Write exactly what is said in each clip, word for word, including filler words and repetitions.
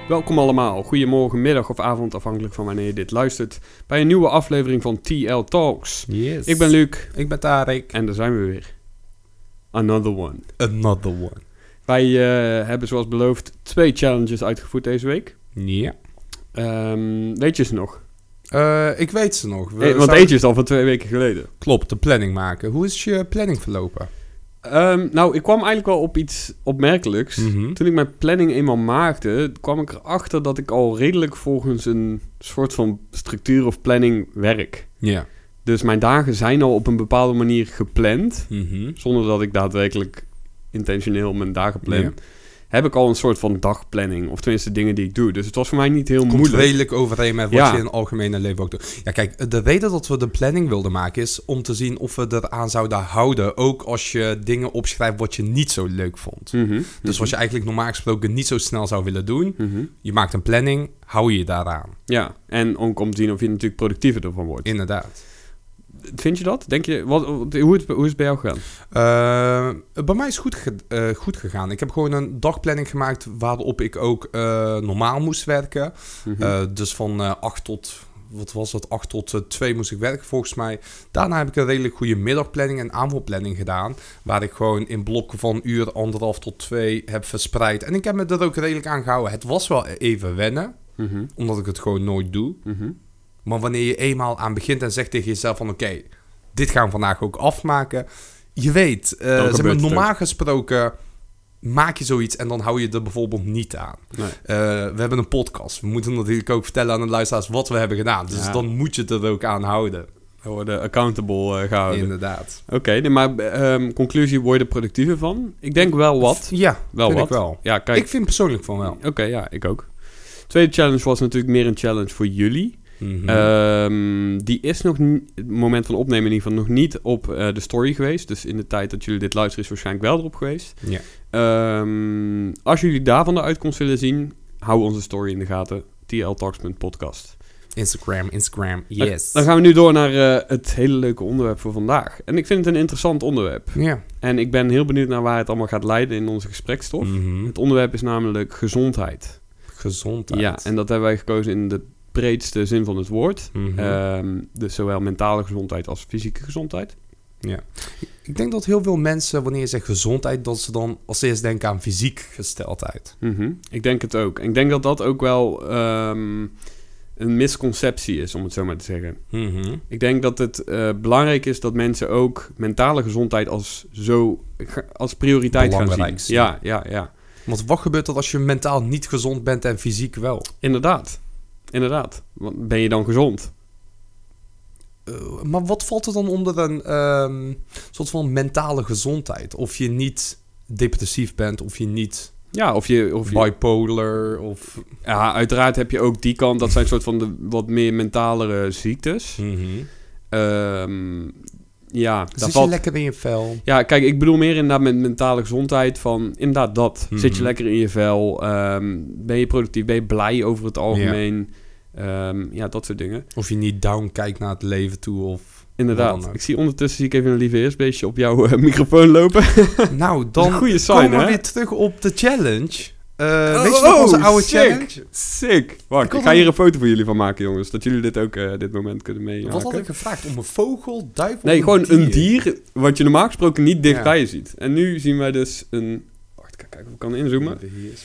Welkom allemaal, goedemorgen, middag of avond, afhankelijk van wanneer je dit luistert, bij een nieuwe aflevering van T L Talks. Yes. Ik ben Luc. Ik ben Tarek. En daar zijn we weer. Another one. Another one. Wij uh, hebben zoals beloofd twee challenges uitgevoerd deze week. Ja. Um, weet je ze nog? Uh, ik weet ze nog. We e- want zouden... eentje is al van twee weken geleden. Klopt, de planning maken. Hoe is je planning verlopen? Um, nou, ik kwam eigenlijk wel op iets opmerkelijks. Mm-hmm. Toen ik mijn planning eenmaal maakte, kwam ik erachter dat ik al redelijk volgens een soort van structuur of planning werk. Ja. Dus mijn dagen zijn al op een bepaalde manier gepland, Mm-hmm. zonder dat ik daadwerkelijk intentioneel mijn dagen plan. Ja. Heb ik al een soort van dagplanning, of tenminste dingen die ik doe. Dus het was voor mij niet heel Komt moeilijk. redelijk overeen met wat Ja. je in het algemene leven ook doet. Ja, kijk, de reden dat we de planning wilden maken is om te zien of we eraan zouden houden. Ook als je dingen opschrijft wat je niet zo leuk vond. Mm-hmm. Dus wat je eigenlijk normaal gesproken niet zo snel zou willen doen. Mm-hmm. Je maakt een planning, hou je je daaraan. Ja, en om, om te zien of je natuurlijk productiever ervan wordt. Inderdaad. Vind je dat? Denk je, wat, hoe, het, hoe is het bij jou gegaan? Uh, bij mij is het goed, ge- uh, goed gegaan. Ik heb gewoon een dagplanning gemaakt waarop ik ook uh, normaal moest werken. Mm-hmm. Uh, dus van uh, acht tot, wat was het, acht tot twee moest ik werken volgens mij. Daarna heb ik een redelijk goede middagplanning en avondplanning gedaan. Waar ik gewoon in blokken van uur, anderhalf tot twee heb verspreid. En ik heb me er ook redelijk aan gehouden. Het was wel even wennen, Mm-hmm. omdat ik het gewoon nooit doe. Mm-hmm. Maar wanneer je eenmaal aan begint en zegt tegen jezelf van... oké, okay, dit gaan we vandaag ook afmaken. Je weet, uh, zeg maar, normaal ook. gesproken maak je zoiets... en dan hou je er bijvoorbeeld niet aan. Nee. Uh, we hebben een podcast. We moeten natuurlijk ook vertellen aan de luisteraars wat we hebben gedaan. Dus Ja. dan moet je er ook aan houden. We worden accountable uh, gehouden. Inderdaad. Oké, okay, nee, maar um, conclusie, word je er productiever van? Ik denk wel wat. Ja, wel vind wat. ik wel. Ja, kijk. Ik vind persoonlijk van wel. Oké, okay, ja, ik ook. Tweede challenge was natuurlijk meer een challenge voor jullie. Mm-hmm. Um, die is nog niet, het moment van opnemen in ieder geval nog niet op uh, de story geweest. Dus in de tijd dat jullie dit luisteren is waarschijnlijk wel erop geweest. Ja. Um, als jullie daarvan de uitkomst willen zien, hou onze story in de gaten. t l talks dot podcast. Instagram, Instagram, yes. Dan gaan we nu door naar uh, het hele leuke onderwerp voor vandaag. En ik vind het een interessant onderwerp. Ja. En ik ben heel benieuwd naar waar het allemaal gaat leiden in onze gesprekstof. Mm-hmm. Het onderwerp is namelijk gezondheid. Gezondheid. Ja, en dat hebben wij gekozen in de breedste zin van het woord. Mm-hmm. Um, dus zowel mentale gezondheid als fysieke gezondheid. Ja. Ik denk dat heel veel mensen, wanneer je zegt gezondheid, dat ze dan als eerst denken aan fysiek gesteldheid. Mm-hmm. Ik denk het ook. Ik denk dat dat ook wel um, een misconceptie is, om het zo maar te zeggen. Mm-hmm. Ik denk dat het uh, belangrijk is dat mensen ook mentale gezondheid als, zo, als prioriteit gaan zien. zien. Ja, ja, ja. Want wat gebeurt er als je mentaal niet gezond bent en fysiek wel? Inderdaad. Inderdaad. Want ben je dan gezond? Uh, maar wat valt er dan onder een um, soort van mentale gezondheid? Of je niet depressief bent, of je niet ja, of je, of je, bipolar, of... Ja, uiteraard heb je ook die kant. Dat zijn soort van de wat meer mentalere ziektes. Mm-hmm. Um, ja, Zit valt... je lekker in je vel? Ja, kijk, ik bedoel meer inderdaad met mentale gezondheid van... Inderdaad, dat. Mm-hmm. Zit je lekker in je vel? Um, ben je productief? Ben je blij over het algemeen? Ja, um, ja dat soort dingen. Of je niet down kijkt naar het leven toe, of... Inderdaad. Ik zie ondertussen zie ik even een lieve eerstbeestje op jouw uh, microfoon lopen. Nou, dan goede sign, komen we hè? weer terug op de challenge. Uh, oh, weet je nog onze oh, oude sick. challenge? Sick. Wacht, ik, ik ga hier een foto voor jullie van maken, jongens. Dat jullie dit ook uh, dit moment kunnen meemaken. Wat had ik gevraagd? Om een vogel, duivel? Nee, een gewoon dier? een dier wat je normaal gesproken niet dichtbij ja. ziet. En nu zien wij dus een... Wacht, kijk, kijk of ik kan inzoomen.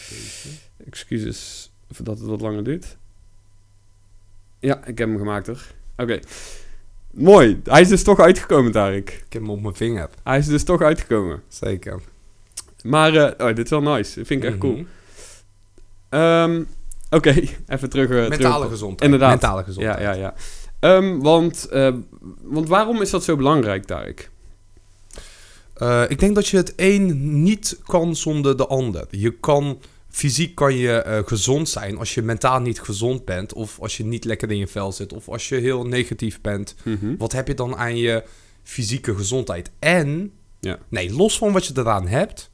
Excuses dat het wat langer duurt. Ja, ik heb hem gemaakt, hoor. Oké. Okay. Mooi. Hij is dus toch uitgekomen, Tarek. Ik heb hem op mijn vinger. Hij is dus toch uitgekomen. Zeker. Maar, uh, oh, dit is wel nice. Dat vind ik echt mm-hmm. cool. Um, Oké, okay. even terug. Uh, Mentale terug. gezondheid. Inderdaad. Mentale gezondheid. Ja, ja, ja. Um, want, uh, want waarom is dat zo belangrijk, Tarek? Uh, ik denk dat je het een niet kan zonder de ander. Je kan... Fysiek kan je uh, gezond zijn als je mentaal niet gezond bent... of als je niet lekker in je vel zit... of als je heel negatief bent. Mm-hmm. Wat heb je dan aan je fysieke gezondheid? En, ja. nee, los van wat je eraan hebt...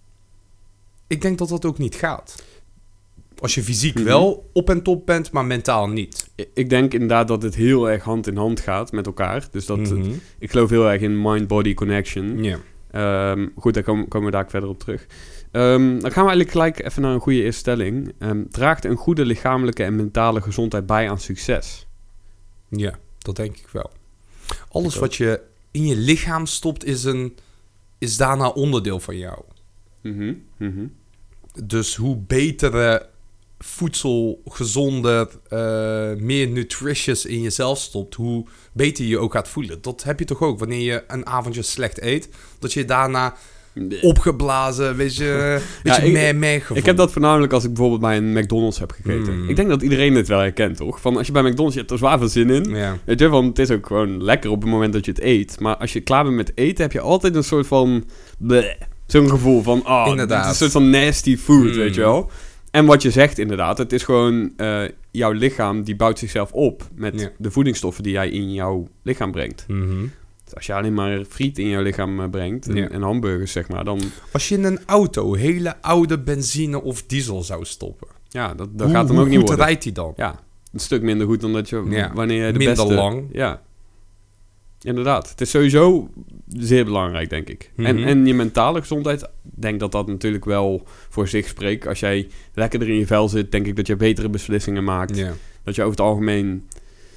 ik denk dat dat ook niet gaat. Als je fysiek mm-hmm. wel op en top bent, maar mentaal niet. Ik denk inderdaad dat het heel erg hand in hand gaat met elkaar. Dus dat mm-hmm. het, ik geloof heel erg in mind-body connection. Ja. Um, goed, daar komen, komen we daar verder op terug. Um, dan gaan we eigenlijk gelijk even naar een goede eerste stelling. Um, draagt een goede lichamelijke en mentale gezondheid bij aan succes? Ja, dat denk ik wel. Alles wat je in je lichaam stopt is, een, is daarna onderdeel van jou. Mm-hmm. Mm-hmm. Dus hoe betere voedsel, gezonder, uh, meer nutritious in jezelf stopt, hoe beter je je ook gaat voelen. Dat heb je toch ook wanneer je een avondje slecht eet, dat je daarna opgeblazen, weet je, weet ja, je ik, meh, meh gevoel. Ik heb dat voornamelijk als ik bijvoorbeeld bij een McDonald's heb gegeten. Mm. Ik denk dat iedereen dit wel herkent, toch? Van als je bij McDonald's, je hebt er zwaar veel zin in. Ja. Weet je, want het is ook gewoon lekker op het moment dat je het eet. Maar als je klaar bent met eten, heb je altijd een soort van bleh, zo'n gevoel van, oh, inderdaad. dit is een soort van nasty food, Mm. weet je wel. En wat je zegt inderdaad, het is gewoon uh, jouw lichaam die bouwt zichzelf op met Ja. de voedingsstoffen die jij in jouw lichaam brengt. Mm-hmm. Dus als je alleen maar friet in jouw lichaam uh, brengt en, Ja. en hamburgers, zeg maar, dan... Als je in een auto hele oude benzine of diesel zou stoppen, Ja, dat, dat hoe, gaat hem hoe ook niet goed worden. rijdt hij dan? Ja, een stuk minder goed dan dat je Ja. wanneer je de Minder beste... lang. Ja, inderdaad. Het is sowieso zeer belangrijk, denk ik. Mm-hmm. En, en je mentale gezondheid, ik denk dat dat natuurlijk wel voor zich spreekt. Als jij lekkerder in je vel zit, denk ik dat je betere beslissingen maakt. Ja. Dat je over het algemeen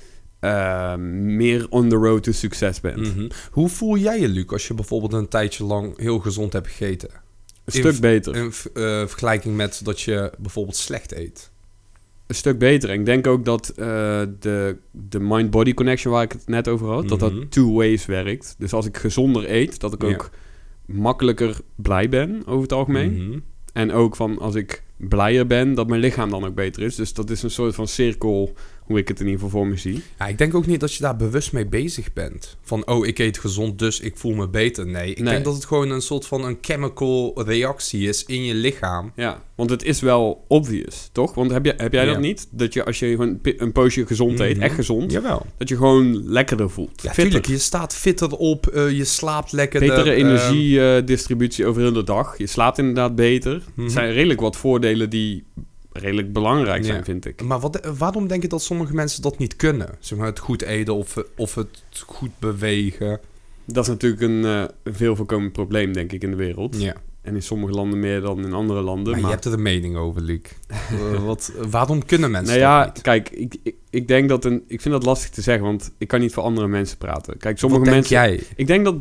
uh, meer on the road to succes bent. Mm-hmm. Hoe voel jij je, Luc, als je bijvoorbeeld een tijdje lang heel gezond hebt gegeten? Een stuk in, beter. In uh, vergelijking met dat je bijvoorbeeld slecht eet. Een stuk beter. En ik denk ook dat uh, de, de mind-body connection waar ik het net over had, Mm-hmm. dat dat two ways werkt. Dus als ik gezonder eet, dat ik ook Ja. makkelijker blij ben over het algemeen. Mm-hmm. En ook van als ik blijer ben, dat mijn lichaam dan ook beter is. Dus dat is een soort van cirkel, hoe ik het in ieder geval voor me zie. Ja, ik denk ook niet dat je daar bewust mee bezig bent. Van, oh, ik eet gezond, dus ik voel me beter. Nee, ik Nee. denk dat het gewoon een soort van een chemical reactie is in je lichaam. Ja, want het is wel obvious, toch? Want heb, je, heb jij Ja. dat niet? Dat je als je gewoon pi- een poosje gezond eet, Mhm. echt gezond, Jawel. dat je gewoon lekkerder voelt. Ja, Fitter. tuurlijk. Je staat fitter op, uh, je slaapt lekkerder. Betere uh, energiedistributie over heel de dag. Je slaapt inderdaad beter. Mhm. Er zijn redelijk wat voordelen die redelijk belangrijk zijn, Ja. vind ik. Maar wat, waarom denk je dat sommige mensen dat niet kunnen? Zeg maar het goed eten of, of het goed bewegen. Dat is natuurlijk een, uh, een veel voorkomend probleem, denk ik, in de wereld. Ja. En in sommige landen meer dan in andere landen. Maar, Maar, je hebt er een mening over, Luc. uh, wat, waarom kunnen mensen nou dat ja, niet? kijk, ik, ik, ik denk dat een... Ik vind dat lastig te zeggen, want ik kan niet voor andere mensen praten. Kijk, sommige wat denk mensen... jij? Ik denk dat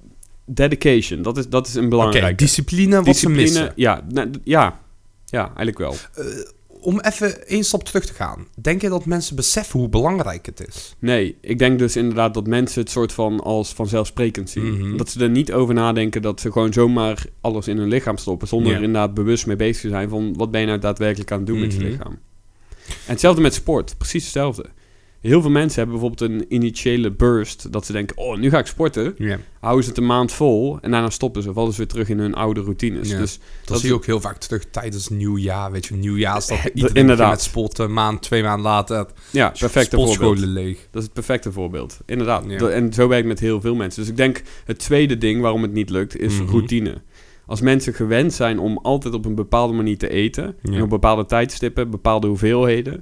dedication, dat is, dat is een Oké, belangrijke. discipline, wat ze missen. Ja, nou, d- ja, ja, eigenlijk wel. Uh, om even één stap terug te gaan. Denk je dat mensen beseffen hoe belangrijk het is? Nee, ik denk dus inderdaad dat mensen het soort van als vanzelfsprekend zien. Mhm. Dat ze er niet over nadenken dat ze gewoon zomaar alles in hun lichaam stoppen. Zonder Ja. er inderdaad bewust mee bezig te zijn van wat ben je nou daadwerkelijk aan het doen met je Mhm. lichaam. En hetzelfde met sport, precies hetzelfde. Heel veel mensen hebben bijvoorbeeld een initiële burst dat ze denken, oh, nu ga ik sporten. Ja. Houden ze het een maand vol en daarna stoppen ze. Vallen ze weer terug in hun oude routines. Ja. Dus Dat, dat zie je ook heel vaak terug tijdens nieuwjaar. Weet je, nieuwjaar staat Eh, iedereen inderdaad. met sporten. Een maand, twee maanden later. ja, perfecte voorbeeld. Sportscholen leeg. Dat is het perfecte voorbeeld. Inderdaad. Ja. Dat- En zo werkt het met heel veel mensen. Dus ik denk, het tweede ding waarom het niet lukt, is Mhm. routine. Als mensen gewend zijn om altijd op een bepaalde manier te eten, Ja. en op bepaalde tijdstippen, bepaalde hoeveelheden,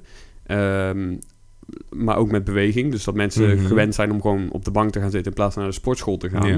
ehm, maar ook met beweging. Dus dat mensen Mhm. gewend zijn om gewoon op de bank te gaan zitten in plaats van naar de sportschool te gaan. Ja.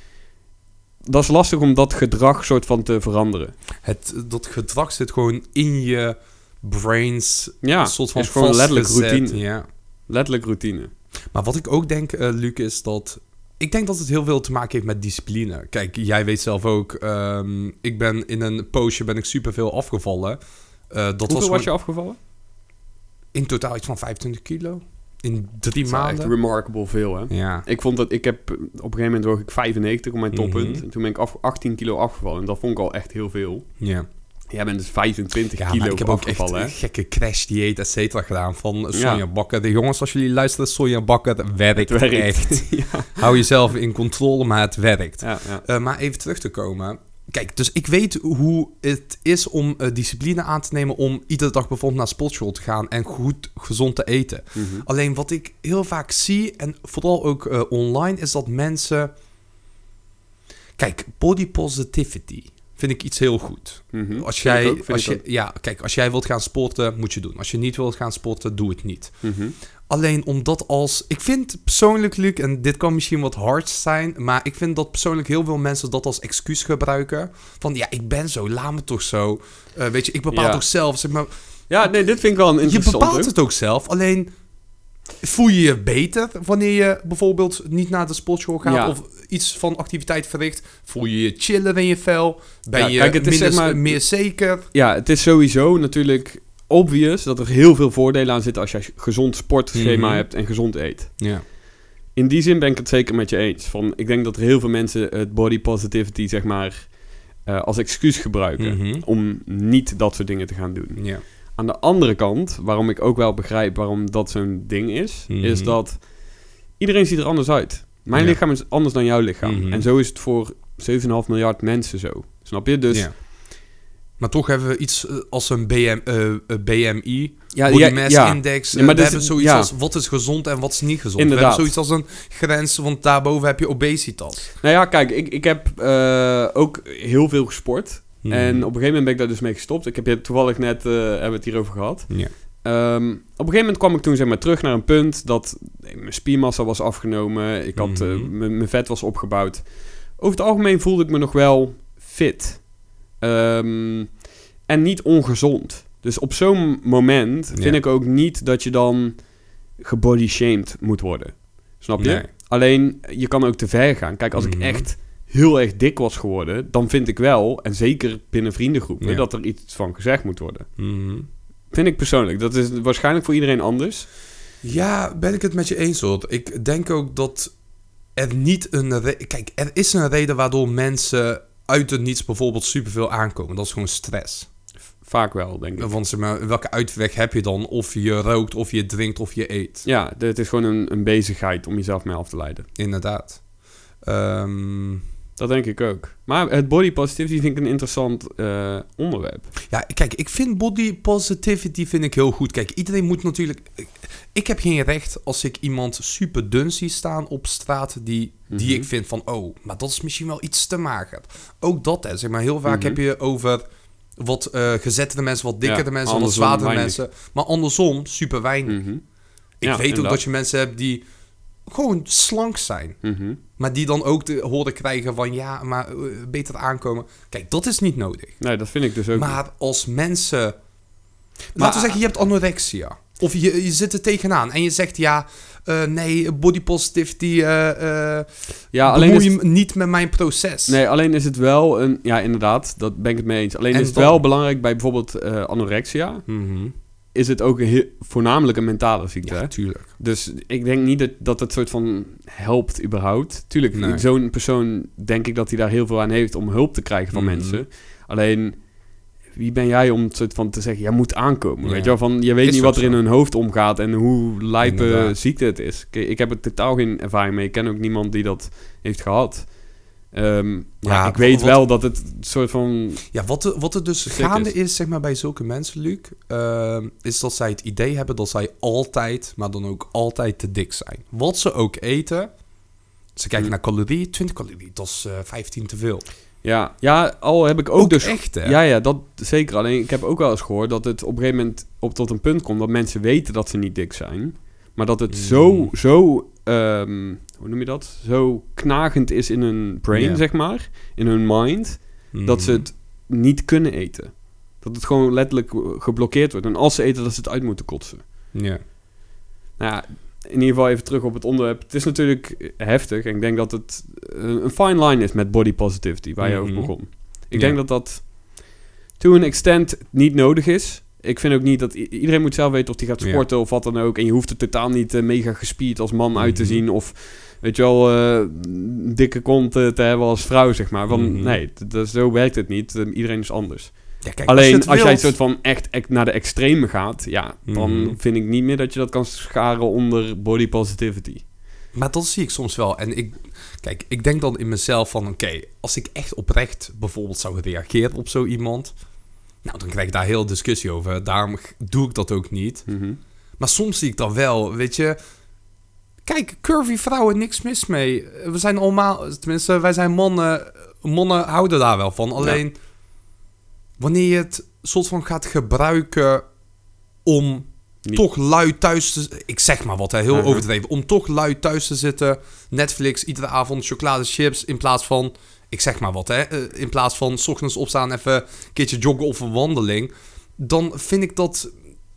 Dat is lastig om dat gedrag soort van te veranderen. Het, dat gedrag zit gewoon in je brains. Ja, een soort van is gewoon letterlijk vastgezet. routine. Ja. Letterlijk routine. Maar wat ik ook denk, uh, Luc, is dat... Ik denk dat het heel veel te maken heeft met discipline. Kijk, jij weet zelf ook... Um, ik ben in een poosje ben ik superveel afgevallen. Uh, dat Hoeveel was, was je afgevallen? in totaal iets van vijfentwintig kilo. In drie Dat is maanden. echt remarkable veel, hè? Ja. Ik vond dat... Ik heb... Op een gegeven moment woog ik vijfennegentig op mijn toppunt. Mhm. En toen ben ik af, achttien kilo afgevallen. En dat vond ik al echt heel veel. Ja. Jij bent dus vijfentwintig Ja, kilo maar ik heb ook afgevallen, echt hè? gekke crash-dieet, et cetera, gedaan van Sonja Ja. Bakker. De jongens, als jullie luisteren, Sonja Bakker, het werkt, Het werkt. echt. ja. Hou jezelf in controle, maar het werkt. Ja, ja. Uh, maar even terug te komen. Kijk, dus ik weet hoe het is om uh, discipline aan te nemen om iedere dag bijvoorbeeld naar sportschool te gaan en goed gezond te eten. Mhm. Alleen wat ik heel vaak zie, en vooral ook uh, online, is dat mensen... Kijk, body positivity. vind ik iets heel goed. Mm-hmm. Als jij, ook, als je, ja, kijk, als jij wilt gaan sporten, moet je doen. Als je niet wilt gaan sporten, doe het niet. Mm-hmm. Alleen omdat als... Ik vind persoonlijk, Luc, en dit kan misschien wat hard zijn, maar ik vind dat persoonlijk heel veel mensen dat als excuus gebruiken. Van, ja, ik ben zo, laat me toch zo. Uh, weet je, ik bepaal ja. toch zelf, zeg maar... Ja, nee, dit vind ik wel een interessant. Je bepaalt het ook zelf, alleen... Voel je je beter wanneer je bijvoorbeeld niet naar de sportschool gaat ja. of iets van activiteit verricht? Voel je je chiller in je vel? Ben ja, je kijk, het is, minder, zeg maar, meer zeker? Ja, het is sowieso natuurlijk obvious dat er heel veel voordelen aan zitten als je gezond sportschema mm-hmm. hebt en gezond eet. Ja. In die zin ben ik het zeker met je eens. Van, ik denk dat er heel veel mensen het body positivity zeg maar uh, als excuus gebruiken mm-hmm. om niet dat soort dingen te gaan doen. Ja. Aan de andere kant, waarom ik ook wel begrijp waarom dat zo'n ding is, mm-hmm. is dat iedereen ziet er anders uit. Mijn ja. lichaam is anders dan jouw lichaam. Mm-hmm. En zo is het voor zeven komma vijf miljard mensen zo. Snap je? Dus... Ja. Maar toch hebben we iets als een B M, uh, B M I, ja, Body ja, Mass ja. Index. Ja, maar we dus, hebben zoiets ja. als wat is gezond en wat is niet gezond. Inderdaad. We hebben zoiets als een grens, want daarboven heb je obesitas. Nou ja, kijk, ik, ik heb uh, ook heel veel gesport. Hmm. En op een gegeven moment ben ik daar dus mee gestopt. Ik heb je toevallig net, uh, hebben we het hierover gehad. Ja. Um, op een gegeven moment kwam ik toen zeg maar terug naar een punt dat mijn spiermassa was afgenomen. Ik had, mm-hmm. uh, mijn vet was opgebouwd. Over het algemeen voelde ik me nog wel fit. Um, en niet ongezond. Dus op zo'n moment vind ja. ik ook niet dat je dan gebody-shamed moet worden. Snap je? Nee. Alleen, je kan ook te ver gaan. Kijk, als mm-hmm. ik echt heel erg dik was geworden, dan vind ik wel, en zeker binnen vriendengroepen, ja. dat er iets van gezegd moet worden. Mm-hmm. Vind ik persoonlijk. Dat is waarschijnlijk voor iedereen anders. Ja, ben ik het met je eens hoor. Ik denk ook dat er niet een... Re- Kijk, er is een reden waardoor mensen uit het niets bijvoorbeeld superveel aankomen. Dat is gewoon stress. Vaak wel, denk ik. Want zeg maar, welke uitweg heb je dan? Of je rookt, of je drinkt, of je eet. Ja, het is gewoon een, een bezigheid om jezelf mee af te leiden. Inderdaad. Um... Dat denk ik ook. Maar het body positivity vind ik een interessant uh, onderwerp. Ja, kijk, ik vind body positivity vind ik heel goed. Kijk, iedereen moet natuurlijk... Ik heb geen recht als ik iemand super dun zie staan op straat die, mm-hmm. die ik vind van... Oh, maar dat is misschien wel iets te mager. Ook dat, hè. Zeg maar, heel vaak mm-hmm. heb je over wat uh, gezettere mensen, wat dikkere ja, mensen, wat zwaardere mensen. Maar andersom, super weinig. Mm-hmm. Ik ja, weet inderdaad. ook dat je mensen hebt die... gewoon slank zijn. Mm-hmm. Maar die dan ook te horen krijgen van... ja, maar uh, beter aankomen. Kijk, dat is niet nodig. Nee, dat vind ik dus ook Maar niet. als mensen... Maar, laten we zeggen, je hebt anorexia. Of je, je zit er tegenaan. En je zegt, ja... Uh, nee, body positivity... Uh, uh, ja, alleen bemoei je niet met mijn proces. Nee, alleen is het wel een... Ja, inderdaad. Dat ben ik het mee eens. Alleen en is het dan... wel belangrijk bij bijvoorbeeld uh, anorexia... Mm-hmm. Is het ook een heel, voornamelijk een mentale ziekte. Ja, hè? tuurlijk. Dus ik denk niet dat, dat het soort van helpt überhaupt. Tuurlijk, nee. Zo'n persoon denk ik dat hij daar heel veel aan heeft om hulp te krijgen van mm-hmm. mensen. Alleen, wie ben jij om het soort van te zeggen, jij moet aankomen. Ja. Weet je wel, van je weet is niet wat er zo. in hun hoofd omgaat en hoe lijpe ziekte het is. Kijk, ik heb er totaal geen ervaring mee. Ik ken ook niemand die dat heeft gehad. Um, ja, ja, ik weet wat, wel dat het soort van... Ja, wat er, wat er dus gaande is. is, zeg maar, bij zulke mensen, Luc... Uh, is dat zij het idee hebben dat zij altijd, maar dan ook altijd te dik zijn. Wat ze ook eten... Ze kijken hmm. naar calorieën, twintig calorieën, dat is uh, vijftien te veel. Ja, ja, al heb ik ook, ook dus... echt, hè? Ja, ja, dat zeker. Alleen, ik heb ook wel eens gehoord dat het op een gegeven moment op tot een punt komt... dat mensen weten dat ze niet dik zijn... maar dat het hmm. zo... zo um, hoe noem je dat? Zo knagend is in hun brain, yeah. zeg maar. In hun mind. Mm. Dat ze het niet kunnen eten. Dat het gewoon letterlijk geblokkeerd wordt. En als ze eten, dat ze het uit moeten kotsen. Ja. Yeah. Nou ja, in ieder geval even terug op het onderwerp. Het is natuurlijk heftig. En ik denk dat het een fine line is met body positivity. Waar mm-hmm. je over begon. Ik yeah. denk dat dat to an extent niet nodig is. Ik vind ook niet dat... I- iedereen moet zelf weten of hij gaat sporten ja. of wat dan ook. En je hoeft er totaal niet uh, mega gespierd als man mm-hmm. uit te zien. Of, weet je wel, uh, dikke kont uh, te hebben als vrouw, zeg maar. Van, mm-hmm. Nee, d- d- zo werkt het niet. Uh, iedereen is anders. Ja, kijk, alleen als, je als wilt... jij een soort van echt, echt naar de extreme gaat... Ja, dan mm-hmm. vind ik niet meer dat je dat kan scharen onder body positivity. Maar dat zie ik soms wel. En ik... Kijk, ik denk dan in mezelf van... Oké, okay, als ik echt oprecht bijvoorbeeld zou reageren op zo iemand... Nou, dan krijg ik daar heel discussie over. Daarom doe ik dat ook niet. Mm-hmm. Maar soms zie ik dat wel, weet je... Kijk, curvy vrouwen, niks mis mee. We zijn allemaal... Tenminste, wij zijn mannen... Mannen houden daar wel van. Alleen, ja. wanneer je het soort van gaat gebruiken om Niet. toch lui thuis te... Ik zeg maar wat, hè, heel Uh-huh. overdreven. Om toch lui thuis te zitten, Netflix, iedere avond chocoladechips, in plaats van... Ik zeg maar wat, hè. eh, In plaats van 's ochtends opstaan, even een keertje joggen of een wandeling. Dan vind ik dat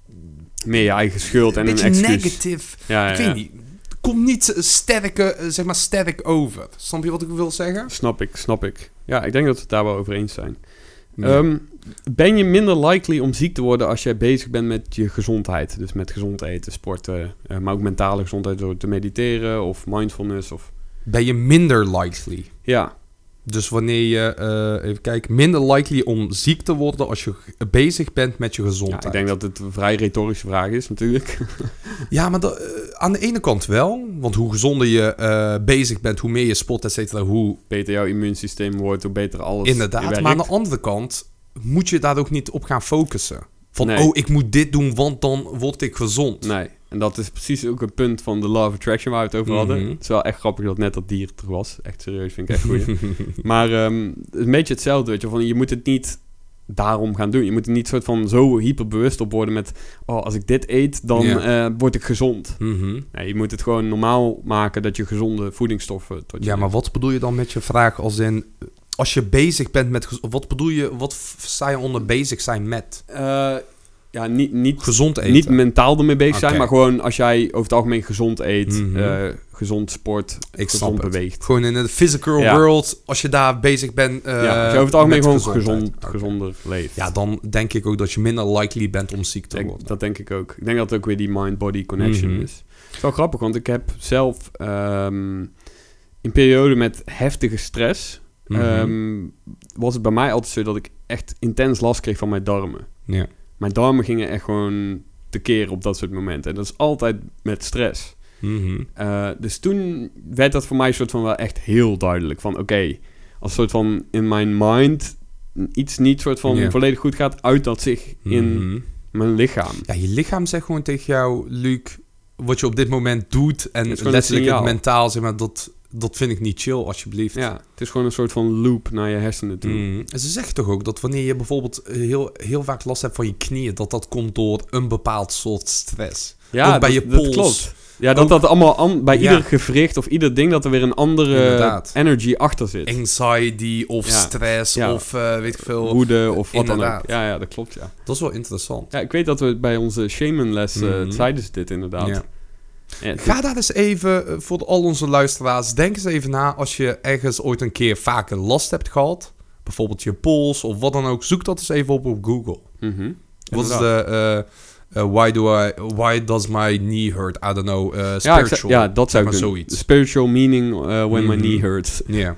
Meer je eigen schuld en een een beetje excuus. negatief. Ja, ja, Ik ja. weet niet. Komt niet sterk, eh, zeg maar sterk over. Snap je wat ik wil zeggen? Snap ik, snap ik. Ja, ik denk dat we het daar wel over eens zijn. Ja. Ehm, ben je minder likely om ziek te worden als jij bezig bent met je gezondheid? Dus met gezond eten, sporten, eh, maar ook mentale gezondheid door te mediteren of mindfulness of... Ben je minder likely? Ja, Dus wanneer je, eh, even kijken, minder likely om ziek te worden als je g- bezig bent met je gezondheid. ja, ik denk dat het een vrij retorische vraag is natuurlijk. Ja, maar da- eh, aan de ene kant wel. Want hoe gezonder je eh, bezig bent, hoe meer je sport, et cetera, hoe Beter jouw immuunsysteem wordt, hoe beter alles inderdaad. werkt. Maar aan de andere kant moet je daar ook niet op gaan focussen. Van, Nee. oh, ik moet dit doen, want dan word ik gezond. Nee, en dat is precies ook een punt van de law of attraction waar we het over hadden. Mhm. Het is wel echt grappig dat net dat dier er was. Echt serieus, vind ik echt goed. Maar ehm, het is een beetje hetzelfde, weet je. Van, je moet het niet daarom gaan doen. Je moet er niet soort van zo hyperbewust op worden met... oh, als ik dit eet, dan Ja. eh, word ik gezond. Mhm. Nee, je moet het gewoon normaal maken dat je gezonde voedingsstoffen tot je Ja, maar neemt. wat bedoel je dan met je vraag als in... Als je bezig bent met... gez- Wat bedoel je... Wat f- sta je onder bezig zijn met? Eh, ja, niet, niet, Gezond eten? niet mentaal ermee bezig zijn, Oké. maar gewoon als jij over het algemeen gezond eet, Mhm. eh, gezond sport, Ik snap gezond het. beweegt. Gewoon in de physical Ja. world, als je daar bezig bent uh, ja, als je over het algemeen met gewoon gezondheid. gezond, Oké. gezonder leeft. Ja, dan denk ik ook dat je minder likely bent om ziek te Denk- worden. dat denk ik ook. Ik denk dat het ook weer die mind-body connection Mhm. is. Het is wel grappig, want ik heb zelf ehm, in periode met heftige stress... Mhm. ehm, was het bij mij altijd zo dat ik echt intens last kreeg van mijn darmen. Ja. Mijn darmen gingen echt gewoon tekeer op dat soort momenten. En dat is altijd met stress. Mhm. Uh, dus toen werd dat voor mij soort van wel echt heel duidelijk. Van oké, als soort van in mijn mind iets niet soort van Ja. volledig goed gaat, uit dat zich in Mhm. mijn lichaam. Ja, je lichaam zegt gewoon tegen jou, Luc, wat je op dit moment doet en Het is gewoon letterlijk een het signaal. mentaal, zeg maar, dat, dat vind ik niet chill, alsjeblieft. Ja, het is gewoon een soort van loop naar je hersenen toe. Mhm. En ze zegt toch ook dat wanneer je bijvoorbeeld heel, heel vaak last hebt van je knieën, dat dat komt door een bepaald soort stress. Ja, ook bij dat, je dat pols. klopt. Ja, dat Ook- dat allemaal an- bij Ja. ieder gewricht of ieder ding dat er weer een andere Inderdaad. energy achter zit. Anxiety of Ja. stress Ja. of uh, weet ik veel. Woede of wat dan Inderdaad. ook. Ja, ja, dat klopt, ja. Dat is wel interessant. Ja, ik weet dat we bij onze shamanles uh, Mhm. zeiden ze dit inderdaad. Ja. Ja, het- Ga daar eens even, eh, voor al onze luisteraars, denk eens even na als je ergens ooit een keer vaker last hebt gehad. Bijvoorbeeld je pols of wat dan ook. Zoek dat eens even op op Google. Mhm. Wat is Inderdaad. de... eh, eh, why, do I, why does my knee hurt? I don't know. eh, Ja, ik spiritual. zou- ja, dat zou ik maar doen. zoiets. Spiritual meaning uh, when my Mhm. knee hurts. Ja.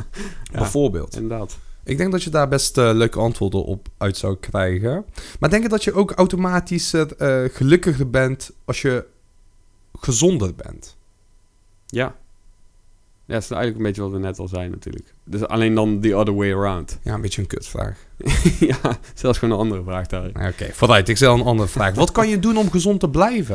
Ja. Bijvoorbeeld. Inderdaad. Ik denk dat je daar best eh, leuke antwoorden op uit zou krijgen. Maar denk je dat je ook automatisch eh, gelukkiger bent als je gezonder bent? Ja. Ja, dat is eigenlijk een beetje wat we net al zeiden natuurlijk. Dus alleen dan the other way around. Ja, een beetje een kutvraag. Ja, zelfs gewoon een andere vraag daar. Oké, okay, vooruit. Ik stel een andere vraag. Wat kan je doen om gezond te blijven?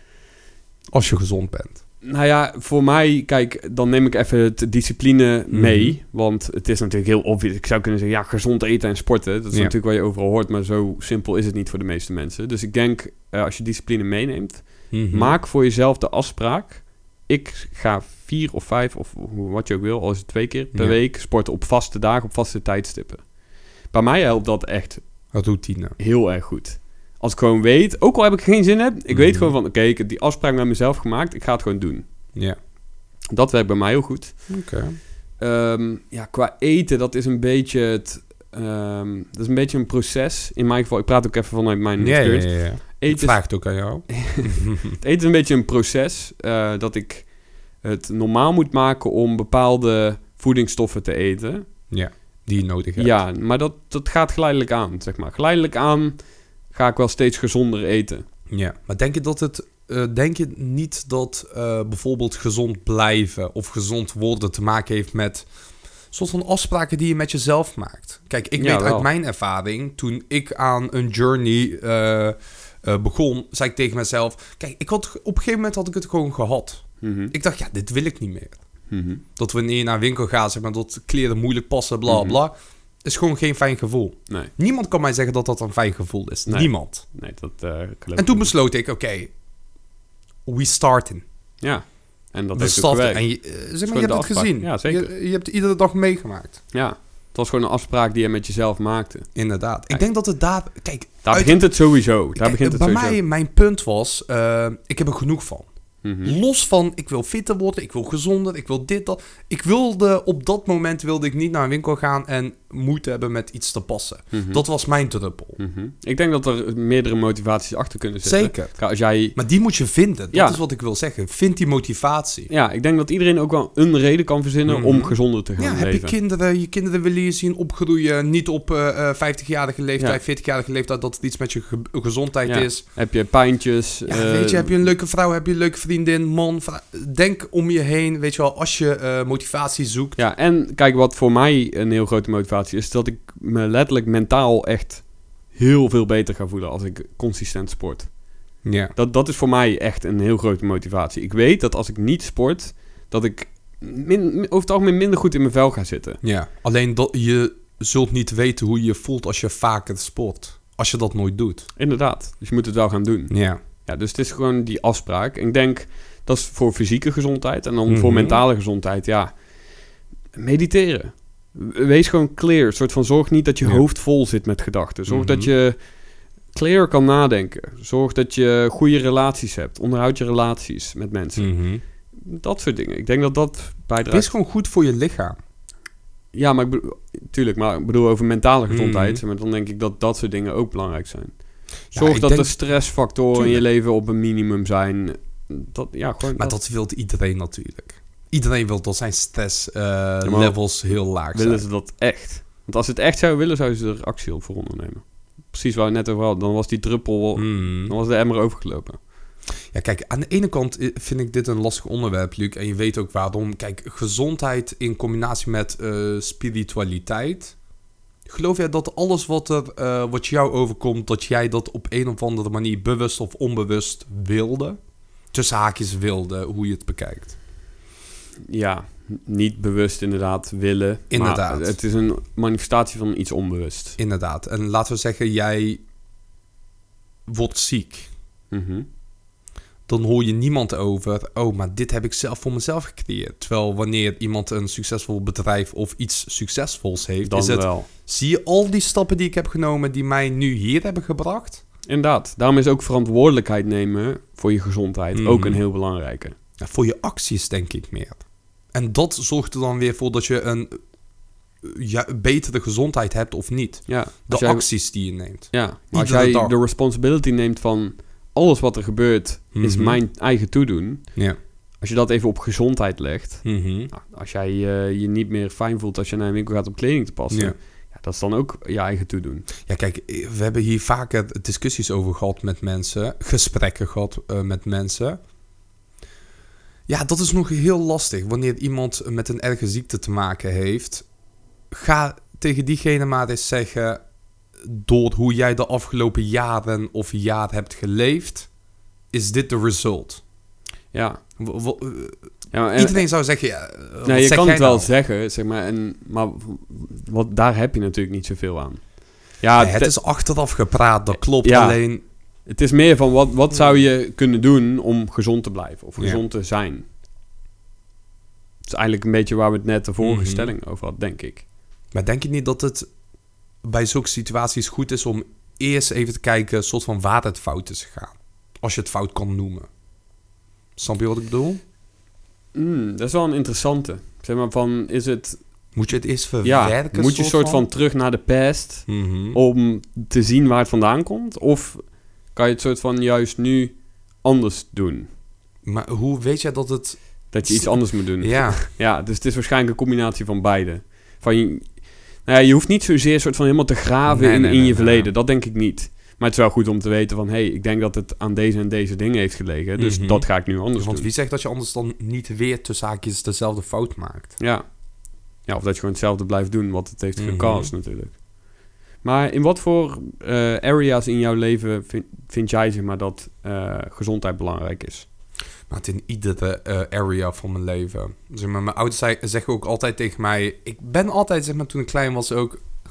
Als je gezond bent. Nou ja, voor mij, kijk, dan neem ik even het discipline mee. Mhm. Want het is natuurlijk heel obvious. Ik zou kunnen zeggen, ja, gezond eten en sporten. Dat is Ja. natuurlijk wat je overal hoort. Maar zo simpel is het niet voor de meeste mensen. Dus ik denk, uh, als je discipline meeneemt... Mhm. Maak voor jezelf de afspraak. Ik ga vier of vijf, of hoe- wat je ook wil, al is het twee keer per Ja. week sporten op vaste dagen, op vaste tijdstippen. Bij mij helpt dat echt routine. heel erg goed. Als ik gewoon weet, ook al heb ik geen zin heb, ik Mhm. weet gewoon van, oké, ik heb die afspraak met mezelf gemaakt, ik ga het gewoon doen. Ja. Dat werkt bij mij heel goed. Oké. Ehm, ja, qua eten, dat is een beetje het... ehm, dat is een beetje een proces. In mijn geval, ik praat ook even vanuit mijn Ja, ja, experience. ja, ja. Ik Eten is- vraag het ook aan jou. Het eten is een beetje een proces uh, dat ik het normaal moet maken om bepaalde voedingsstoffen te eten. Ja, die je nodig hebt. Ja, maar dat, dat gaat geleidelijk aan, zeg maar. Geleidelijk aan ga ik wel steeds gezonder eten. Ja, maar denk je dat het... Uh, denk je niet dat uh, bijvoorbeeld gezond blijven of gezond worden te maken heeft met... soort van afspraken die je met jezelf maakt? Kijk, ik Ja, weet wel. uit mijn ervaring, toen ik aan een journey uh, uh, begon, zei ik tegen mezelf... Kijk, ik had, op een gegeven moment had ik het gewoon gehad. Mm-hmm. Ik dacht, ja, dit wil ik niet meer. Mm-hmm. Dat wanneer je naar een winkel gaat, zeg maar, dat kleren moeilijk passen, bla bla. is gewoon geen fijn gevoel. Nee. Niemand kan mij zeggen dat dat een fijn gevoel is. Nee. Niemand. Nee, dat uh, En toen besloot ik, oké, okay, we starten. Ja, en dat we heeft starten. ook gewerkt. En je, uh, zeg maar, je hebt het gezien. Ja, zeker. Je, je hebt iedere dag meegemaakt. Ja, het was gewoon een afspraak die je met jezelf maakte. Inderdaad. Kijk, ik denk dat het daar... Kijk, daar uit, begint het sowieso. Daar kijk, begint het bij sowieso. mij, mijn punt was, uh, ik heb er genoeg van. Mm-hmm. Los van, ik wil fitter worden, ik wil gezonder, ik wil dit, dat. Ik wilde, op dat moment wilde ik niet naar een winkel gaan en moeite hebben met iets te passen. Mm-hmm. Dat was mijn druppel. Mm-hmm. Ik denk dat er meerdere motivaties achter kunnen zitten. Zeker. Kijk, als jij... Maar die moet je vinden. Dat ja. is wat ik wil zeggen. Vind die motivatie. Ja, ik denk dat iedereen ook wel een reden kan verzinnen mm-hmm. om gezonder te gaan ja, leven. Heb je kinderen, je kinderen willen je zien opgroeien, niet op uh, uh, vijftigjarige leeftijd, ja. veertigjarige leeftijd, dat het iets met je ge- gezondheid ja. is. Heb je pijntjes? Ja, uh, weet je, heb je een leuke vrouw, heb je een leuke vriendin, man, vrouw, denk om je heen, weet je wel, als je uh, motivatie zoekt. Ja, en kijk, wat voor mij een heel grote motivatie is, dat ik me letterlijk mentaal echt heel veel beter ga voelen als ik consistent sport. Ja. Dat, dat is voor mij echt een heel grote motivatie. Ik weet dat als ik niet sport, dat ik min, over het algemeen minder goed in mijn vel ga zitten. Ja, alleen dat je zult niet weten hoe je je voelt als je vaker sport. Als je dat nooit doet. Inderdaad, dus je moet het wel gaan doen. Ja. Ja, dus het is gewoon die afspraak. Ik denk, dat is voor fysieke gezondheid. En dan mm-hmm. voor mentale gezondheid, ja, mediteren. Wees gewoon clear. Een soort van zorg niet dat je ja. hoofd vol zit met gedachten. Zorg mm-hmm. dat je clear kan nadenken. Zorg dat je goede relaties hebt. Onderhoud je relaties met mensen. Mm-hmm. Dat soort dingen. Ik denk dat dat bijdraagt. Het is gewoon goed voor je lichaam. Ja, maar ik bedoel, tuurlijk, maar ik bedoel over mentale gezondheid. Mm-hmm. Maar dan denk ik dat dat soort dingen ook belangrijk zijn. Zorg ja, dat denk... de stressfactoren tuurlijk. in je leven op een minimum zijn. Dat, ja, gewoon maar dat... dat wil iedereen natuurlijk. Iedereen wil dat zijn stress uh, ja, levels heel laag zijn. Willen ze dat echt? Want als ze het echt zouden willen, zouden ze er actie op voor ondernemen. Precies waar we net over hadden. Dan was die druppel, mm. dan was de emmer overgelopen. Ja, kijk, aan de ene kant vind ik dit een lastig onderwerp, Luc. En je weet ook waarom. Kijk, gezondheid in combinatie met uh, spiritualiteit. Geloof jij dat alles wat, er, uh, wat jou overkomt, dat jij dat op een of andere manier bewust of onbewust wilde? Tussen haakjes wilde, hoe je het bekijkt. Ja, niet bewust inderdaad willen. Inderdaad. Maar het is een manifestatie van iets onbewust. Inderdaad. En laten we zeggen, jij wordt ziek. Mm-hmm. Dan hoor je niemand over, oh, maar dit heb ik zelf voor mezelf gecreëerd. Terwijl wanneer iemand een succesvol bedrijf of iets succesvols heeft, dan is het, wel. Zie je al die stappen die ik heb genomen die mij nu hier hebben gebracht? Inderdaad. Daarom is ook verantwoordelijkheid nemen voor je gezondheid mm. ook een heel belangrijke. Ja, voor je acties denk ik meer. En dat zorgt er dan weer voor dat je een ja, betere gezondheid hebt of niet. Ja, de jij, acties die je neemt. Ja, maar als jij dag. de responsibility neemt van alles wat er gebeurt mm-hmm. is mijn eigen toedoen. Ja. Als je dat even op gezondheid legt. Mm-hmm. Nou, als jij uh, je niet meer fijn voelt als je naar een winkel gaat om kleding te passen. Ja. Ja, dat is dan ook je eigen toedoen. Ja, kijk, we hebben hier vaker discussies over gehad met mensen. Gesprekken gehad uh, met mensen. Ja, dat is nog heel lastig. Wanneer iemand met een erge ziekte te maken heeft, ga tegen diegene maar eens zeggen, door hoe jij de afgelopen jaren of jaar hebt geleefd, is dit de result. Ja. W- w- ja en, iedereen zou zeggen, ja, nou, je kan het wel nou? zeggen, zeg maar, en, maar wat, daar heb je natuurlijk niet zoveel aan. Ja, nee, het te, is achteraf gepraat, dat klopt, ja, alleen... Het is meer van, wat, wat zou je kunnen doen om gezond te blijven of gezond ja. te zijn? Het is eigenlijk een beetje waar we het net de vorige mm-hmm. stelling over hadden, denk ik. Maar denk je niet dat het bij zulke situaties goed is om eerst even te kijken soort van waar het fout is gegaan? Als je het fout kan noemen. Snap je wat ik bedoel? Mm, dat is wel een interessante. Zeg maar van, is het... Moet je het eerst verwerken? Ja, moet je een soort van, van terug naar de past mm-hmm. om te zien waar het vandaan komt? Of kan je het soort van juist nu anders doen? Maar hoe weet jij dat het... Dat je iets anders moet doen. Ja. Ja, dus het is waarschijnlijk een combinatie van beide. Van je, nou ja, je hoeft niet zozeer soort van helemaal te graven nee, in, nee, in nee, je nee, verleden. nee. Dat denk ik niet. Maar het is wel goed om te weten van, hé, hey, ik denk dat het aan deze en deze dingen heeft gelegen. Dus mm-hmm. dat ga ik nu anders Want doen. Want wie zegt dat je anders dan niet weer tussen haakjes dezelfde fout maakt? Ja. Ja, of dat je gewoon hetzelfde blijft doen wat het heeft mm-hmm. gecast natuurlijk. Maar in wat voor uh, areas in jouw leven vind, vind jij zeg maar dat uh, gezondheid belangrijk is? Maar het in iedere uh, area van mijn leven. Zeg maar, mijn ouders zei, zeggen ook altijd tegen mij... Ik ben altijd, zeg maar, toen ik klein was ook...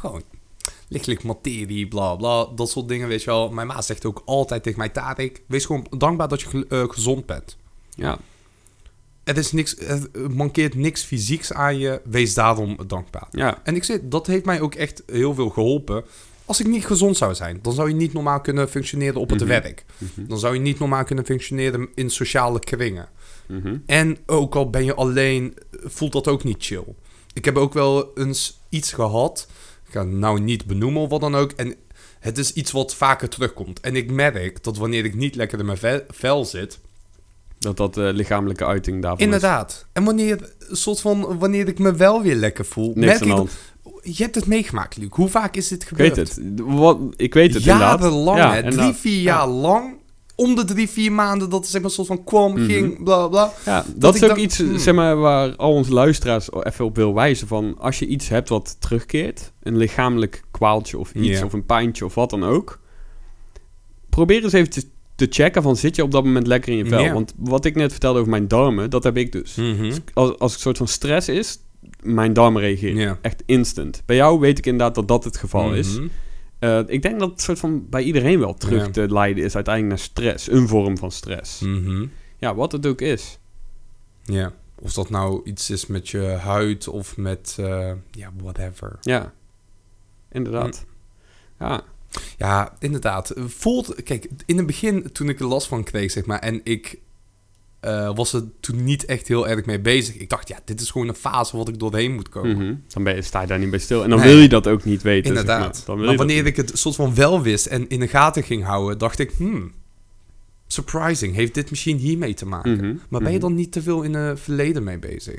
gewoon lichtelijk materie, bla bla, dat soort dingen, weet je wel. Mijn ma zegt ook altijd tegen mij, Tarek, wees gewoon dankbaar dat je uh, gezond bent. Ja. Er is niks, er mankeert niks fysieks aan je, wees daarom dankbaar. Ja. En ik zeg, dat heeft mij ook echt heel veel geholpen. Als ik niet gezond zou zijn, dan zou je niet normaal kunnen functioneren op het Mm-hmm. werk. Mm-hmm. Dan zou je niet normaal kunnen functioneren in sociale kringen. Mm-hmm. En ook al ben je alleen, voelt dat ook niet chill. Ik heb ook wel eens iets gehad, ik ga het nou niet benoemen of wat dan ook. En het is iets wat vaker terugkomt. En ik merk dat wanneer ik niet lekker in mijn vel, vel zit... Dat dat de uh, lichamelijke uiting daarvan Inderdaad. is. En wanneer, soort van, wanneer ik me wel weer lekker voel... Niks merk aan de ik hand. dat, je hebt het meegemaakt, Luc. Hoe vaak is dit Ik gebeurd? weet het. Wat, ik weet het inderdaad. Jarenlang, Ja, hè. inderdaad. Drie, vier jaar Ja. lang. Om de drie, vier maanden dat er zeg maar, een soort van kwam, Mm-hmm. ging, bla bla. Ja, dat, Dat is ik ook dacht, iets hmm. zeg maar, waar al onze luisteraars even op wil wijzen. Van als je iets hebt wat terugkeert, een lichamelijk kwaaltje of iets, Yeah. of een pijntje of wat dan ook. Probeer eens even te, te checken van zit je op dat moment lekker in je vel. Yeah. Want wat ik net vertelde over mijn darmen, dat heb ik dus. Mm-hmm. Als, als het een soort van stress is, mijn darmen reageren. Yeah. Echt instant. Bij jou weet ik inderdaad dat dat het geval is. Mhm. Uh, ik denk dat het soort van bij iedereen wel terug Ja. te leiden is uiteindelijk naar stress. Een vorm van stress. Mhm. Ja, wat het ook is. Ja. Of dat nou iets is met je huid of met, uh, ja, whatever. Ja, inderdaad. Ja. Ja, inderdaad. Voelt, kijk, in het begin toen ik er last van kreeg, zeg maar, en ik uh, was er toen niet echt heel erg mee bezig. Ik dacht, ja, dit is gewoon een fase wat ik doorheen moet komen. Mm-hmm. Dan ben je, sta je daar niet bij stil. En dan Nee. wil je dat ook niet weten. Inderdaad. Zeg maar. Dan wil maar je dat wanneer niet. ik het soort van wel wist en in de gaten ging houden, dacht ik, hmm, surprising. Heeft dit misschien hiermee te maken? Mm-hmm. Maar ben je Mm-hmm. dan niet te veel in het verleden mee bezig?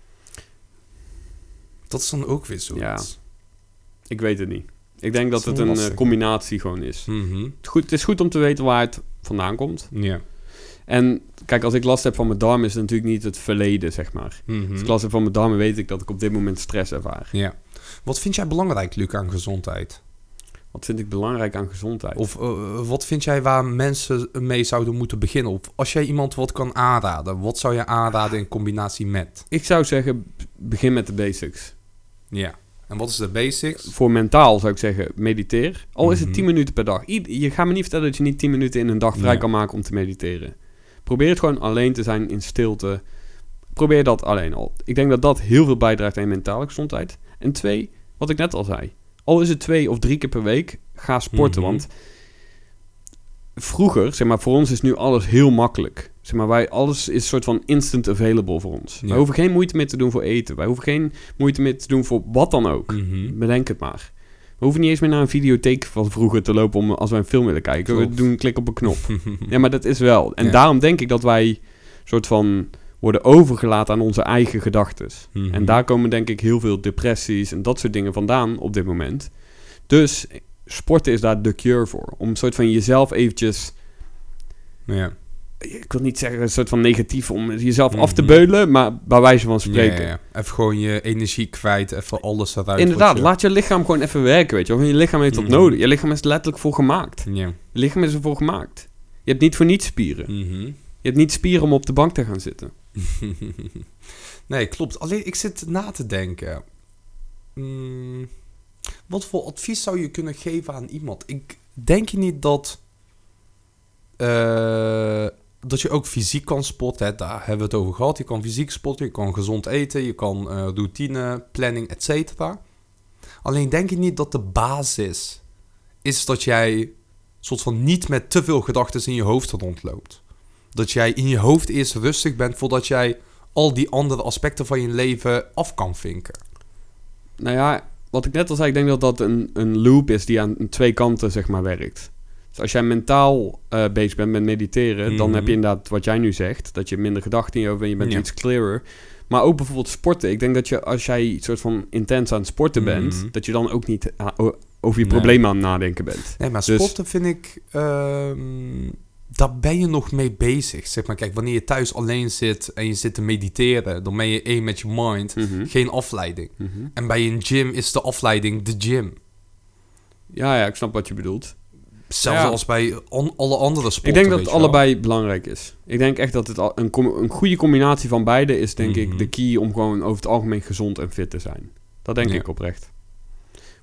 Dat is dan ook weer zoiets. Ik weet het niet. Ik denk dat, Dat is het wel een uh, lastig, combinatie gewoon is. Mhm. Het, goed, het is goed om te weten waar het vandaan komt. Ja. En kijk, als ik last heb van mijn darmen, is het natuurlijk niet het verleden, zeg maar. Mhm. Als ik last heb van mijn darmen, weet ik dat ik op dit moment stress ervaar. Ja. Wat vind jij belangrijk, Luc, aan gezondheid? Wat vind ik belangrijk aan gezondheid? Of uh, wat vind jij waar mensen mee zouden moeten beginnen? Of als jij iemand wat kan aanraden, wat zou je aanraden in combinatie met? Ik zou zeggen, begin met de basics. Ja. En wat is de basics? Voor mentaal zou ik zeggen, mediteer. Al is het Mhm. tien minuten per dag. I- je gaat me niet vertellen dat je niet tien minuten in een dag vrij Ja. kan maken om te mediteren. Probeer het gewoon alleen te zijn in stilte. Probeer dat alleen al. Ik denk dat dat heel veel bijdraagt aan je mentale gezondheid. En twee, wat ik net al zei. Al is het twee of drie keer per week, ga sporten. Mhm. Want vroeger, zeg maar, voor ons is nu alles heel makkelijk. Zeg maar, wij, alles is een soort van instant available voor ons. Ja. Wij hoeven geen moeite meer te doen voor eten. Wij hoeven geen moeite meer te doen voor wat dan ook. Mhm. Bedenk het maar. We hoeven niet eens meer naar een videotheek van vroeger te lopen om als wij een film willen kijken. Klopt. We doen een klik op een knop. Ja, maar dat is wel. En Ja. daarom denk ik dat wij soort van worden overgelaten aan onze eigen gedachten. Mhm. En daar komen denk ik heel veel depressies en dat soort dingen vandaan op dit moment. Dus sporten is daar de cure voor. Om een soort van jezelf eventjes... Ja. Ik wil niet zeggen een soort van negatief om jezelf af te Mhm. beulen, maar bij wijze van spreken. Ja, ja, ja. Even gewoon je energie kwijt, even alles eruit. Inderdaad, wat je- laat je lichaam gewoon even werken, weet je. Want je lichaam heeft dat Mhm. nodig. Je lichaam is er letterlijk voor gemaakt. Ja. Je lichaam is ervoor gemaakt. Je hebt niet voor niets spieren. Mhm. Je hebt niet spieren om op de bank te gaan zitten. Nee, klopt. Alleen, ik zit na te denken. Hmm, wat voor advies zou je kunnen geven aan iemand? Ik denk je niet dat... eh, dat je ook fysiek kan sporten. Hè? Daar hebben we het over gehad. Je kan fysiek sporten, je kan gezond eten, je kan eh, routine, planning, et cetera. Alleen denk je niet dat de basis is dat jij soort van niet met te veel gedachten in je hoofd rondloopt. Dat jij in je hoofd eerst rustig bent voordat jij al die andere aspecten van je leven af kan vinken. Nou ja, wat ik net al zei, ik denk dat dat een, een loop is die aan twee kanten, zeg maar, werkt. Dus als jij mentaal uh, bezig bent met mediteren, mm-hmm. dan heb je inderdaad wat jij nu zegt, dat je minder gedachten in je hoofd en je bent Ja. iets clearer. Maar ook bijvoorbeeld sporten. Ik denk dat je, als jij soort van intens aan het sporten bent, Mm-hmm. dat je dan ook niet uh, o- over je Nee. problemen aan het nadenken bent. Nee, maar Dus- sporten vind ik... ehm, daar ben je nog mee bezig. Zeg maar, kijk, wanneer je thuis alleen zit en je zit te mediteren, dan ben je één met je mind. Mhm. Geen afleiding. Mhm. En bij een gym is de afleiding de gym. Ja, ja, ik snap wat je bedoelt. Zelfs Ja. als bij on- alle andere sporten. Ik denk dat weet het je wel. allebei belangrijk is. Ik denk echt dat het al een, com- een goede combinatie van beide is, denk Mhm. ik, de key om gewoon over het algemeen gezond en fit te zijn. Dat denk Ja. ik oprecht.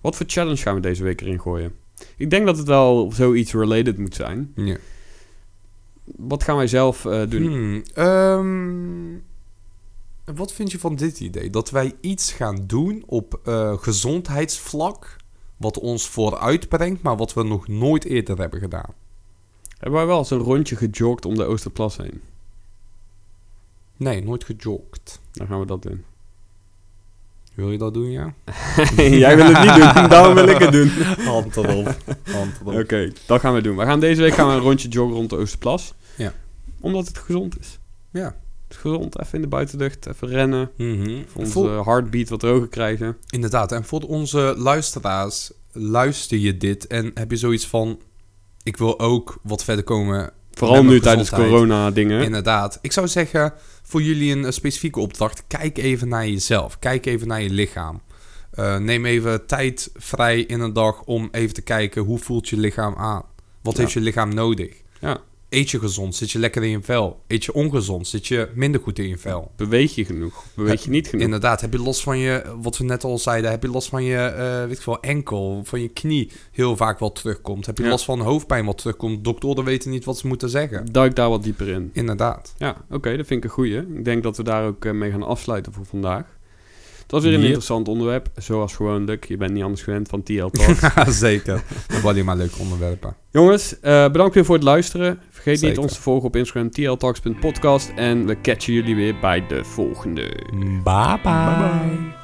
Wat voor challenge gaan we deze week erin gooien? Ik denk dat het wel zoiets related moet zijn. Ja. Wat gaan wij zelf uh, doen? Hmm, um, wat vind je van dit idee? Dat wij iets gaan doen op uh, gezondheidsvlak... wat ons vooruitbrengt, maar wat we nog nooit eerder hebben gedaan. Hebben wij wel eens een rondje gejogd om de Oosterplas heen? Nee, nooit gejogd. Dan gaan we dat doen. Wil je dat doen, ja? Jij wil het niet doen, daarom wil ik het doen. Hand erop. Oké, okay, dat gaan we doen. We gaan deze week gaan we een rondje joggen rond de Oosterplas. Ja. Omdat het gezond is. Ja. Het is gezond, even in de buitenlucht, even rennen. Mm-hmm. Onze voor... heartbeat wat hoger krijgen. Inderdaad, en voor onze luisteraars, luister je dit en heb je zoiets van... ik wil ook wat verder komen... Vooral nu tijdens corona dingen. Inderdaad. Ik zou zeggen, voor jullie een, een specifieke opdracht. Kijk even naar jezelf. Kijk even naar je lichaam. Uh, neem even tijd vrij in een dag om even te kijken... hoe voelt je lichaam aan? Wat ja. heeft je lichaam nodig? Ja. Eet je gezond? Zit je lekker in je vel? Eet je ongezond? Zit je minder goed in je vel? Beweeg je genoeg? Beweeg je heb, niet genoeg? Inderdaad. Heb je last van je, wat we net al zeiden... heb je last van je, uh, weet ik veel, enkel... van je knie heel vaak wat terugkomt? Heb je ja. last van hoofdpijn wat terugkomt? Doktoren weten niet wat ze moeten zeggen. Duik daar wat dieper in. Inderdaad. Ja, oké. Okay, dat vind ik een goeie. Ik denk dat we daar ook uh, mee gaan afsluiten voor vandaag. Het was weer een yep. interessant onderwerp. Zoals gewoonlijk. Je bent niet anders gewend van T L Talks. Zeker. Dat waren maar leuke onderwerpen. Jongens, uh, bedankt weer voor het luisteren. Vergeet Zeker. niet ons te volgen op Instagram t l talks punt podcast. En we catchen jullie weer bij de volgende. Bye bye. bye, bye.